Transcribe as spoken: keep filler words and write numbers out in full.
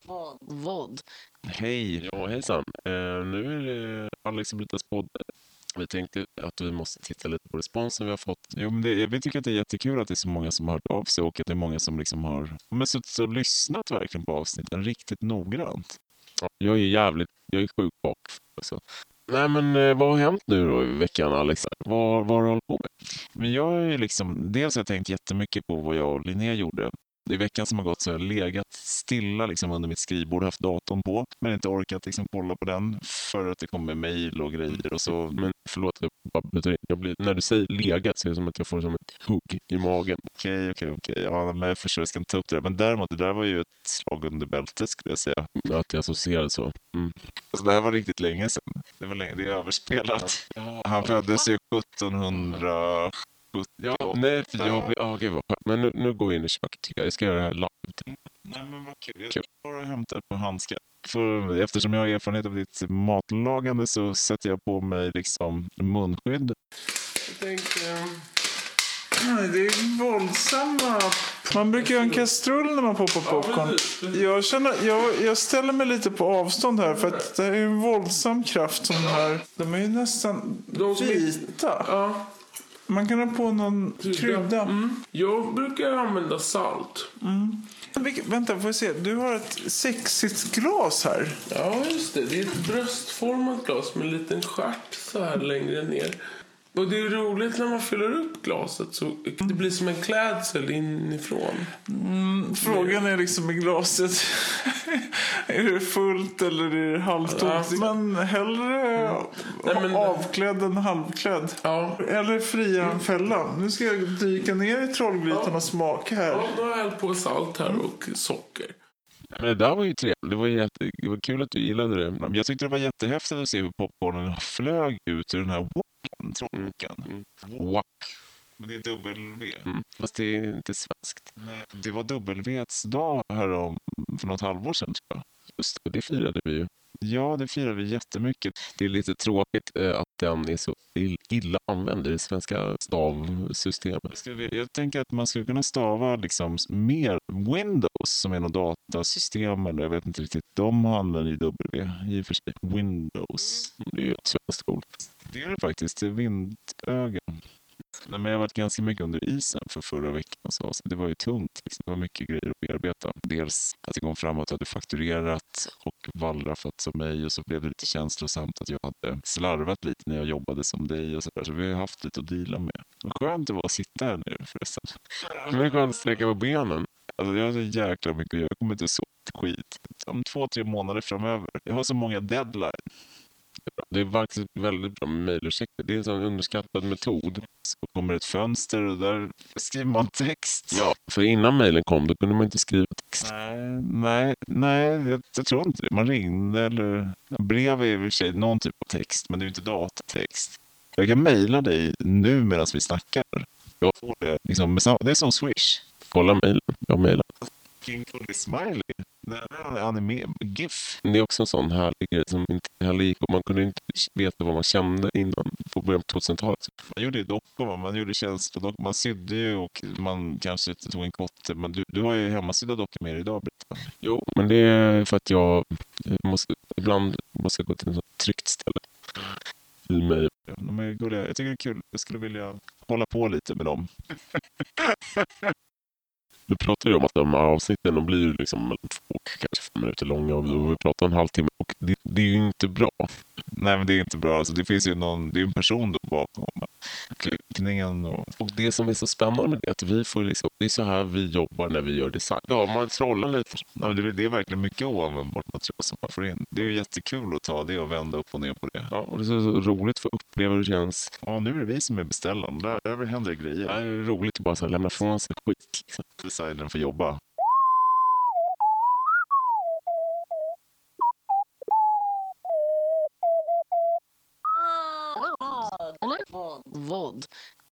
Vad? Hej, ja hejsan. Eh, nu är det Alex och Britas podd. Vi tänkte att vi måste titta lite på responsen vi har fått. Jo, men det, jag tycker att det är jättekul att det är så många som har hört av sig och att det är många som liksom har men suttit och lyssnat verkligen på avsnitten riktigt noggrant. Ja, jag är jävligt, jag är sjuk bak. Alltså. Nej men eh, vad har hänt nu då i veckan, Alex? Vad, vad har du hållit på med? Men jag är ju liksom, dels har jag tänkt jättemycket på vad jag och Linnea gjorde. I veckan som har gått så har jag legat stilla liksom under mitt skrivbord, haft datorn på, men inte orkat liksom kolla på den för att det kommer mejl och grejer och så. Men förlåt, jag, bara, jag blir, när du säger legat så är det som att jag får som ett hugg i magen. Okej, okej, okej. Ja, men jag förstår, jag ska inte ta upp det där. Men däremot, det där var ju ett slag under bältet skulle jag säga. Att jag associerade så. Mm. Alltså, det här var riktigt länge sedan. Det var länge, det är överspelat. Ja. Han föddes ju sjuttonhundra... Ja, nej, för jag blir... Ah, gud vad skönt. Men nu, nu går vi in i köket tycker jag. Jag ska göra det här live. Nej, men vad kul. Jag ska bara hämta på handskar. För eftersom jag har erfarenhet av ditt matlagande så sätter jag på mig liksom munskydd. Jag tänkte... Nej, det är våldsamma... Man brukar ju ha en kastrull när man poppar popcorn. Jag, känner, jag, jag ställer mig lite på avstånd här för att det är en våldsam kraft som här. De är ju nästan vita. Ja. Man kan ha på någon krydda. Mm. Jag brukar använda salt. Mm. Vänta, får jag se. Du har ett sexigt glas här. Ja, just det. Det är ett bröstformat glas med en liten stjärt så här längre ner. Och det är roligt när man fyller upp glaset så det blir som en klädsel inifrån. Mm, frågan är liksom i glaset. Är det fullt eller är det halvtomt? Ja. Men hellre mm. Nej, men... avklädd än halvklädd. Ja. Eller fria än fälla. Nu ska jag dyka ner i trollgrytan ja. och smaka här. Ja, då har jag hällt på salt här och socker. Men det där var ju trevligt. Det var, jätte... det var kul att du gillade det. Jag tyckte det var jättehäftigt att se hur popcornen flög ut ur den här wacken, trollboken. Mm. Mm. Wack. Men det är W. Mm. Fast det är inte svenskt. Nej. Det var W:s dag här om för något halvår sedan tror jag. Just det, det firade vi ju. Ja, det firar vi jättemycket. Det är lite tråkigt eh, att den är så illa använd i det svenska stavsystemet. Jag tänker att man skulle kunna stava liksom mer Windows som är något datasystem eller jag vet inte riktigt. De använder ju W i och för sig. Windows. Det är ju ett svenskt ord. Det är det faktiskt. Det är vindöga. Nej, men jag har varit ganska mycket under isen för förra veckan. Så det var ju tungt. Liksom. Det var mycket grejer att bearbeta. Dels att det kom fram att jag hade fakturerat och wallraffat som mig. Och så blev det lite känslosamt att jag hade slarvat lite när jag jobbade som dig. Och så, där. Så vi har haft lite att deala med. Vad skönt det var att sitta här nu förresten. Men det är skönt att sträcka på benen. Alltså, jag har så jäkla mycket att göra. Jag kommer inte så skit. Om två, tre månader framöver. Jag har så många deadlines. Det är faktiskt väldigt bra med mejlursäkter. Det är en sån underskattad metod. Så kommer ett fönster och där skriver man text. Ja, för innan mejlen kom då kunde man inte skriva text. Nej, nej, nej jag, jag tror inte det. Man ringde eller brev är i och för sig någon typ av text, men det är ju inte datatext. Jag kan mejla dig nu medan vi snackar. Jag får det liksom, det är som Swish. Kolla mejlen, jag mejlar. King Fully Smiley. Det är anime, GIF. Det är också en sån härlig grej som inte heller gick och man kunde inte veta vad man kände innan på början på tvåtusentalet. Man gjorde dockor, man gjorde känslor, man sydde ju och man kanske tog en kotte. Men du, du har ju hemmasydda dockor med dig idag, Britta. Jo, men det är för att jag måste, ibland måste jag gå till ett sånt tryggt ställe i mig. Ja, de är gulliga. Jag tycker det är kul. Jag skulle vilja hålla på lite med dem. Du pratar ju om att de här avsnitten de blir liksom två, kanske fem minuter långa och vi pratar en halvtimme och det, det är ju inte bra. Nej, men det är inte bra. Alltså, det finns ju någon, det är en person då bakom klickningen och... och det som är så spännande med det är att vi får liksom, det är så här vi jobbar när vi gör design. Ja, man trollar lite. Ja, det, är, det är verkligen mycket oanvändbart material som man får in. Det är ju jättekul att ta det och vända upp och ner på det. Ja, och det är så roligt för att uppleva hur det känns. Ja, nu är det vi som är beställaren. Där, där händer det grejer. Det är roligt att bara så här, lämna från sig skit. Liksom. Designern får jobba. Vad?